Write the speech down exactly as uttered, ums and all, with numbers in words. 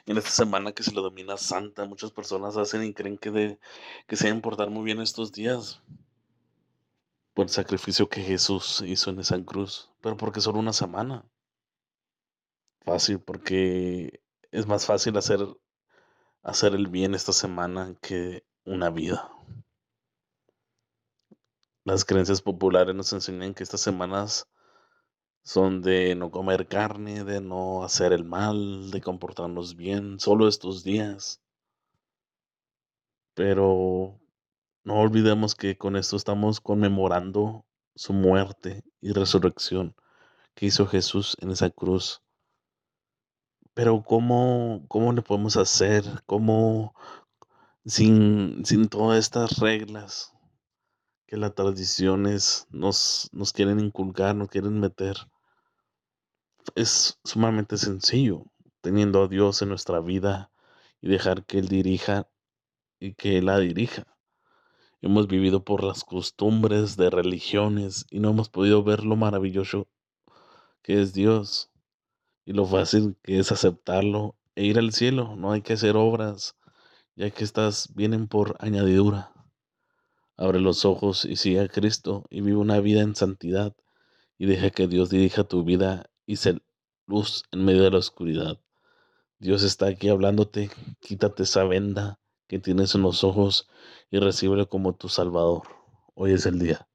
En esta semana que se le domina santa, muchas personas hacen y creen que, de, que se deben portar muy bien estos días por el sacrificio que Jesús hizo en esa cruz, pero porque solo una semana. Fácil, porque es más fácil hacer, hacer el bien esta semana que una vida. Las creencias populares nos enseñan que estas semanas son de no comer carne, de no hacer el mal, de comportarnos bien, solo estos días. Pero no olvidemos que con esto estamos conmemorando su muerte y resurrección que hizo Jesús en esa cruz. Pero ¿cómo, cómo le podemos hacer? ¿Cómo sin, sin todas estas reglas que las tradiciones nos, nos quieren inculcar, nos quieren meter? Es sumamente sencillo, teniendo a Dios en nuestra vida y dejar que Él dirija y que Él la dirija. Hemos vivido por las costumbres de religiones y no hemos podido ver lo maravilloso que es Dios y lo fácil que es aceptarlo e ir al cielo. No hay que hacer obras, ya que estas vienen por añadidura. Abre los ojos y sigue a Cristo y vive una vida en santidad y deja que Dios dirija tu vida y ser luz en medio de la oscuridad. Dios está aquí hablándote, quítate esa venda que tienes en los ojos y recíbelo como tu Salvador. Hoy es el día.